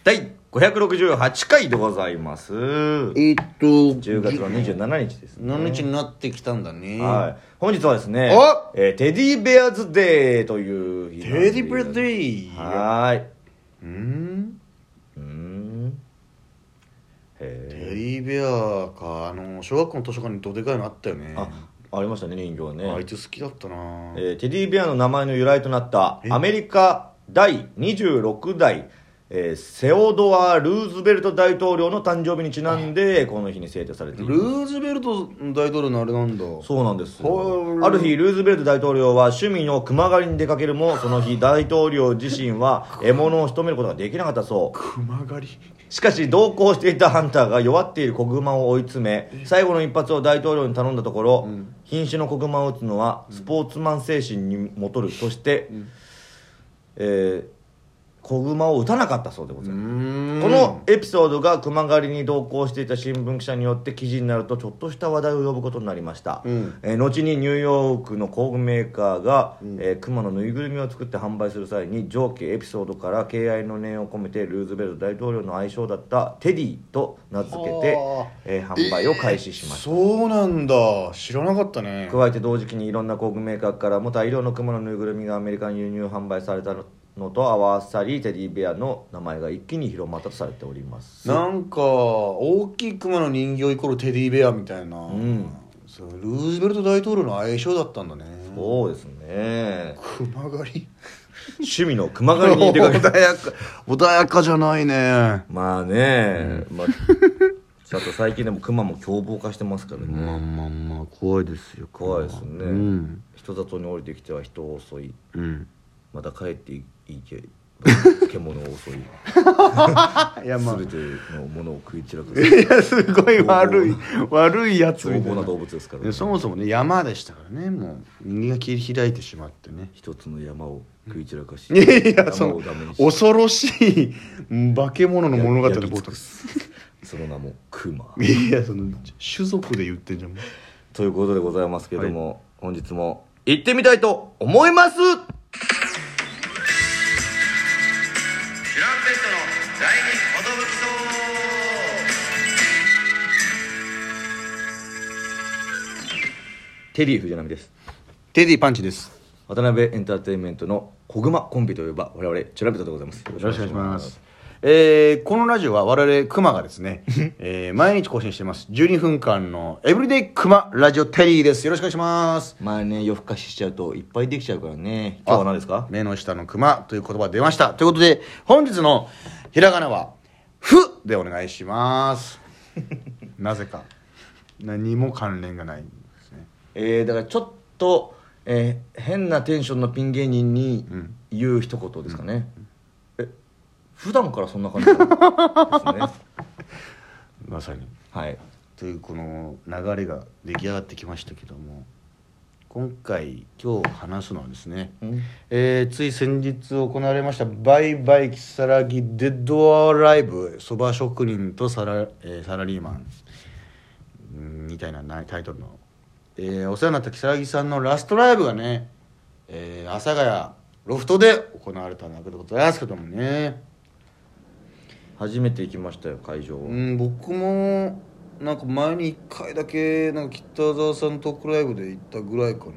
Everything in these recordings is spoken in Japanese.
第568回でございます。10月の27日ですね。 何日になってきたんだね。 はい。本日はですね、テディベアズデーという日なんです。 テディベアズデー。 はい。 テディベアか。小学校の図書館にどでかいのあったよね。 ありましたね、人形ね。 あいつ好きだったな。 テディベアの名前の由来となったアメリカ第26代セオドア・ルーズベルト大統領の誕生日にちなんでこの日に制定されています。 ルーズベルト大統領のあれなんだ。 そうなんです。ある日ルーズベルト大統領は趣味の熊狩りに出かけるも、その日大統領自身は獲物を仕留めることができなかったそう。 熊狩り。 しかし同行していたハンターが弱っている子熊を追い詰め、最後の一発を大統領に頼んだところ、瀕死の子熊を撃つのはスポーツマン精神に戻るとして、子熊を撃たなかったそうでございます。このエピソードが熊狩りに同行していた新聞記者によって記事になるとちょっとした話題を呼ぶことになりました。後にニューヨークの工具メーカーが、熊のぬいぐるみを作って販売する際に上記エピソードから敬愛の念を込めてルーズベルト大統領の愛称だったテディと名付けて、販売を開始しました。 そうなんだ。知らなかったね。 加えて同時期にいろんな工具メーカーからも大量の熊のぬいぐるみがアメリカに輸入販売されたのと合わさり、テディベアの名前が一気に広まったとされております。 なんか大きい熊の人形イコールテディベアみたいな、そうルーズベルト大統領の愛称だったんだね。 そうですね。 熊狩り趣味の熊狩りに出かけた穏やかじゃないね。 まあね、ちょっと最近でも熊も凶暴化してますからね。 まあ怖いですよ。 怖いですね、人里に降りてきては人を襲い、また帰っていけ獣を襲いいや、 全てのものを食い散らかす。 いやすごい悪いやつみたいな。 凶暴な動物ですからね。 そもそもね山でしたからね。もう人間が切り開いてしまってね、一つの山を食い散らかし、 山をダメにし、恐ろしい化け物の物語の冒頭その名も熊。 いや、その種族で言ってんじゃん。 ということでございますけども、本日も行ってみたいと思います。チュランペットの第二寿。テディ藤波です。 テディパンチです。 渡辺エンターテインメントの小熊コンビといえば我々チュランペットでございます。よろしくお願いします。このラジオは我々クマがですね、毎日更新してます。12分間のエブリデイクマラジオテリーです。よろしくお願いします。 まあね、夜更かししちゃうといっぱいできちゃうからね。今日は何ですか？ 目の下のクマという言葉が出ました。ということで本日のひらがなはふでお願いします。なぜか何も関連がないんですね。 だからちょっと、変なテンションのピン芸人に言う一言ですかね。普段からそんな感じですね。 まさに。 はい。 というこの流れが出来上がってきましたけども、今日話すのはですね、つい先日行われましたバイバイキサラギデッドアライブ、そば職人とサラリーマンみたいなタイトルの、お世話になったキサラギさんのラストライブがね、阿佐ヶ谷ロフトで行われたわけでございますけどもね。 初めて行きましたよ、会場。 僕もなんか前に1回だけなんか北澤さんのトークライブで行ったぐらいか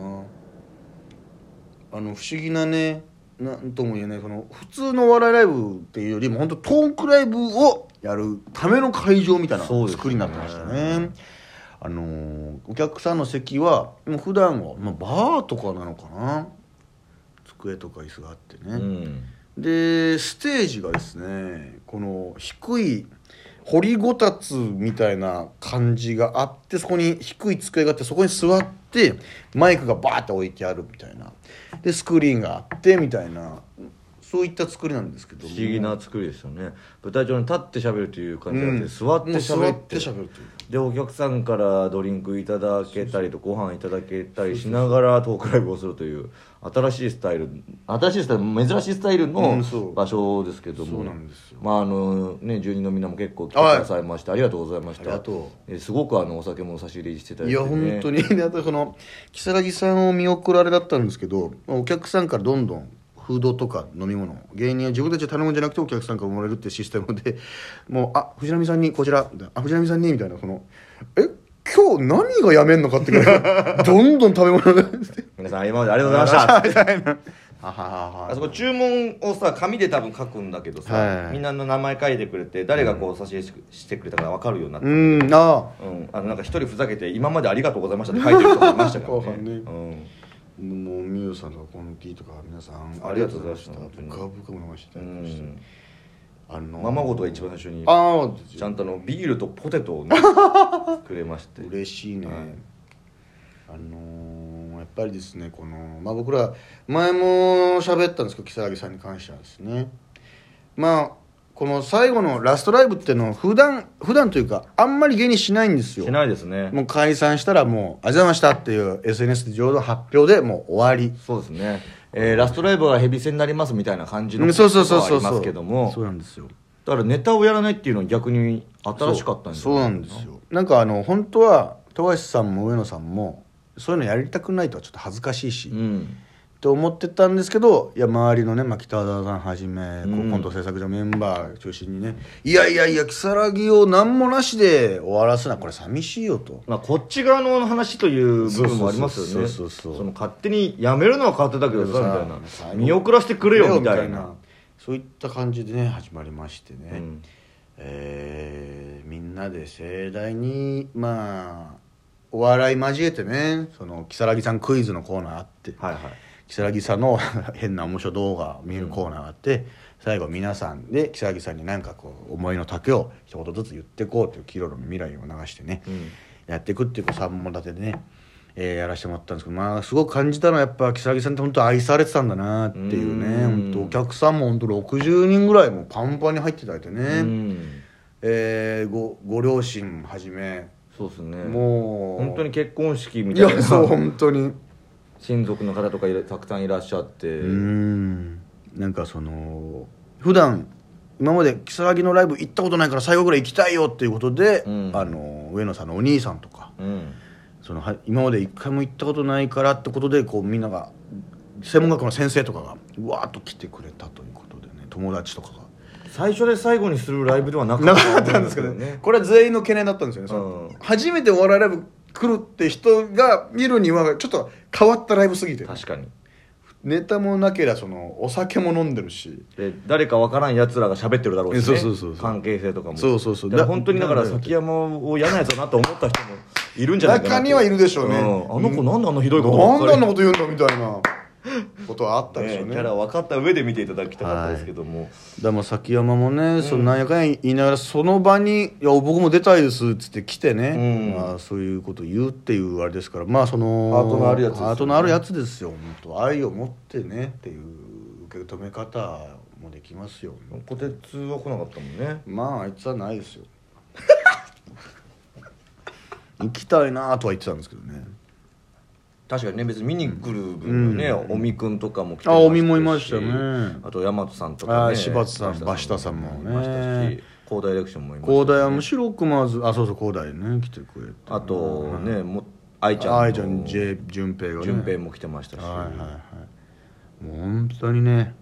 な。不思議なね、なんとも言えない、その普通のお笑いライブっていうよりも本当トークライブをやるための会場みたいな作りになってましたね。お客さんの席はもう普段は、バーとかなのかな、机とか椅子があってね、でステージがですね、この低い掘りごたつみたいな感じがあって、そこに低い机があって、そこに座ってマイクがバーって置いてあるみたいな、でスクリーンがあってみたいな、そういった作りなんですけども、 不思議な作りですよね。舞台上に立って喋るという感じじゃなくて、座って喋ってでお客さんからドリンクいただけたりとご飯いただけたりしながらトークライブをするという珍しいスタイル、珍しいスタイルの場所ですけども、 そうなんですよ。 住人のみんなも結構来てくださいまして、ありがとうございました。 ありがとう。すごくお酒も差し入れしてたりして、 いや本当に。であとその如月さんを見送られだったんですけど、お客さんからどんどんフードとか飲み物芸人は自分たちで頼むんじゃなくてお客さんからもらえるっていうシステムでもう藤波さんにこちら藤波さんにみたいな今日何がやめんのかってくらいどんどん食べ物が皆さん今までありがとうございましたあそこ注文をさ紙で多分書くんだけどさ、はい、みんなの名前書いてくれて誰がこう差し入れしてくれたか分かるようになってなんか一人ふざけて今までありがとうございましたって書いてる人もいましたからねもうみゆさんとかコンティとか皆さんありがとうございましたブカブカも飲ませていただきましたままごとが一番最初にちゃんとビールとポテトを、ね、くれまして嬉しいね、はいやっぱりですね僕ら前も喋ったんですけど如月さんに関してはですねこの最後のラストライブっていうのを普段というかあんまり芸人しないんですよ。 しないですね。 もう解散したらもうありがとうございましたっていう SNS で上手発表でもう終わり。 そうですね、ラストライブはヘビ戦になりますみたいな感じのことはありますけども、 そうなんですよ。 だからネタをやらないっていうのは逆に新しかったんですよ。そうなんですよ。なんか本当は富樫さんも上野さんもそういうのやりたくないとはちょっと恥ずかしいし、と思ってたんですけど、いや周りのね北田さんはじめ、コント制作所メンバー中心にね、いや如月を何もなしで終わらすのはこれ寂しいよと、 こっち側の話という部分もありますよね。勝手にやめるのは勝手だけどさみたいな、見送らせてくれよみたいな、 そういった感じでね始まりましてね、みんなで盛大にお笑い交えてね、如月さんクイズのコーナーあって、如月さんの変な面白動画見るコーナーがあって、最後皆さんで如月さんに何か思いの丈を一言ずつ言っていこうというキロロの未来を流してね、やっていくっていう3本立てでね、やらせてもらったんですけど、すごく感じたのはやっぱ如月さんって本当愛されてたんだなっていうね。本当お客さんも本当60人ぐらいもパンパンに入っていただいてね、ご両親はじめ、 そうですね、 もう本当に結婚式みたいな、 そう本当に親族の方とかたくさんいらっしゃって、 なんか普段今まで如月のライブ行ったことないから最後ぐらい行きたいよっていうことで、上野さんのお兄さんとか、今まで一回も行ったことないからってことでみんなが専門学校の先生とかがうわーっと来てくれたということでね、友達とかが最初で最後にするライブではなかったんですけどね。これは全員の懸念だったんですよね。初めてお笑いライブ来るって人が見るにはちょっと変わったライブすぎて、 確かにネタもなけりゃお酒も飲んでるし、 誰かわからんやつらが喋ってるだろうしね、関係性とかも。本当にだから崎山を嫌なやつだなと思った人もいるんじゃないかな。 中にはいるでしょうね。 あの子なんであんなひどいことなんであんなこと言うんだみたいなことはあったでしょうね。 キャラ分かった上で見ていただきたかったですけども、 でも崎山もね、なんやかんや言いながらその場に「いや僕も出たいです」っつって来てね、そういうことを言うっていうあれですから、ハートのあるやつですよね。 ハートのあるやつですよ。本当愛を持ってねっていう受け止め方もできますよ。 こてつは来なかったもんね。 あいつはないですよ行きたいなとは言ってたんですけどね。 確かにね、別に見に来る分ね、おみくんとかも来てましたし、 おみもいましたね。 あと大和さんとかね、 柴田さん、馬下さんもねいましたし、広大エレクションもいましたし、 広大はむしろまずそう広大ね来てくれて、 あとね、愛ちゃん順平がね、 順平も来てましたし、 もう本当にね、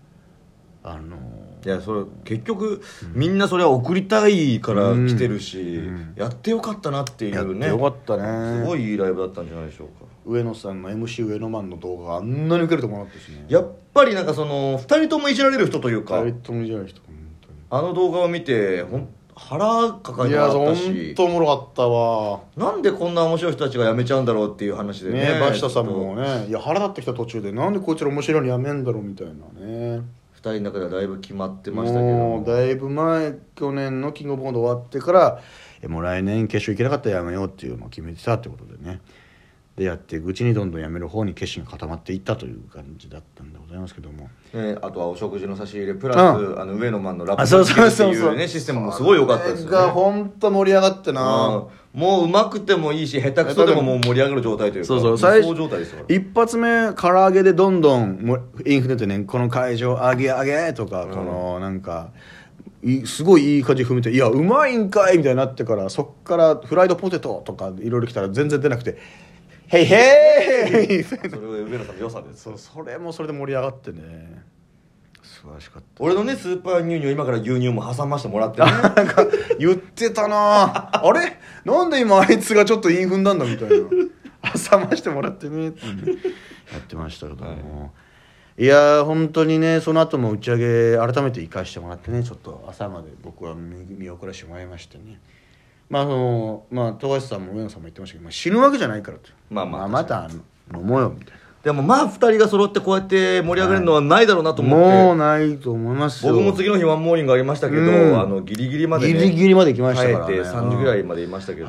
いやそれ結局、みんなそれは送りたいから来てるし、やってよかったなっていうね、 やってよかったね、 すごいいいライブだったんじゃないでしょうか。 上野さんの MC 上野マンの動画があんなに受けると思わなかったですね。 やっぱりなんか2人ともいじられる人というか、 2人ともいじられる人、本当にあの動画を見て腹抱えてもらったし、 いや本当おもろかったわ。 なんでこんな面白い人たちが辞めちゃうんだろうっていう話でね、 馬下さんもね、いや腹立ってきた途中で、なんでこいつら面白いのやめんだろうみたいなね。 2人の中ではだいぶ決まってましたけどもうだいぶ前、去年のキングオブコント終わってからもう来年決勝行けなかったらやめようっていうのを決めてたってことでね、でやってうちにどんどんやめる方に決心が固まっていったという感じだったんでございますけども、 あとはお食事の差し入れプラス、上野マンのラップのっていうね、システムもすごい良かったですよね。 が本当盛り上がってな、 もううまくてもいいし下手くそでももう盛り上がる状態というか、 最初一発目唐揚げでどんどんインフレでね、この会場揚げ揚げとか、このなんかすごいいい感じ踏めて、いやうまいんかいみたいになってから、そっからフライドポテトとかいろいろ来たら全然出なくて、 ヘイヘイそれが上野さんの良さです。 そう、それもそれで盛り上がってね、素晴らしかった。 俺のねスーパーニューニュー今から牛乳も挟ましてもらってねなんか言ってたなあれなんで今あいつがちょっと韻踏んだんだみたいな挟ましてもらってねってやってましたけども、はい、いや本当にね、その後も打ち上げ改めて行かしてもらってね、ちょっと朝まで僕は見送らせてもらいましてね、まあ富樫さんも上野さんも言ってましたけど、死ぬわけじゃないからと、また飲もうよみたいな。 でも2人が揃ってこうやって盛り上がるのはないだろうなと思って、 もうないと思いますよ。 僕も次の日ワンモーニングありましたけど、ギリギリまでね、 ギリギリまで来ましたからね、 帰って3時ぐらいまでいましたけど、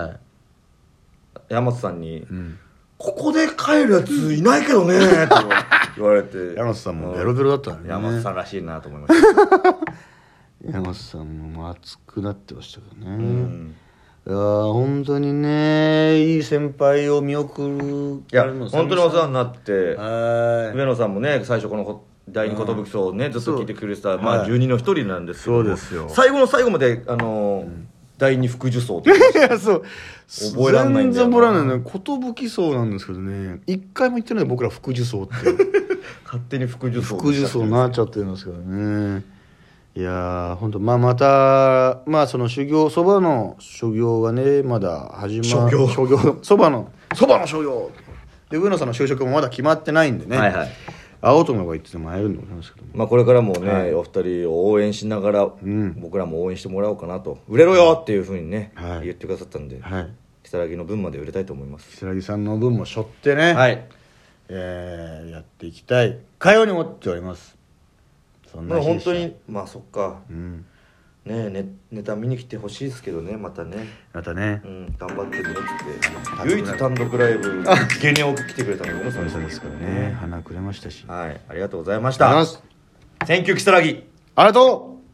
山本さんに、ここで帰るやついないけどねって言われて山本さんもベロベロだったね。 山本さんらしいなと思いました山本さんも熱くなってましたけどね、いや本当にね、いい先輩を見送る。 いや本当にお世話になって、上野さんもね最初この第二寿荘をねずっと聞いてくれてた、住人の一人なんですけど、 そうですよ、 最後の最後まで第二福寿荘っていやそう覚えらんないんだよな。 全然覚えらんないね。寿荘なんですけどね、一回も言ってない僕ら福寿荘って勝手に福寿荘になっちゃってるんですけどね。いや本当またそのそばの修行がねまだ始まる。そばの修行で、上野さんの就職もまだ決まってないんでね、会おうと思えばいつでも会えるんでございますけど、 これからもね、お二人を応援しながら、僕らも応援してもらおうかなと、売れろよっていうふうにね、言ってくださったんで、如月の分まで売れたいと思います。 如月さんの分も背負ってね、やっていきたいかように思っております。そんな本当にそっか、ネタ見に来てほしいですけどね、またね、 頑張ってねって唯一単独ライブゲネを来てくれたのがそうですからね、花くれましたし、 ありがとうございました。 Thank you 如月、 ありがとう。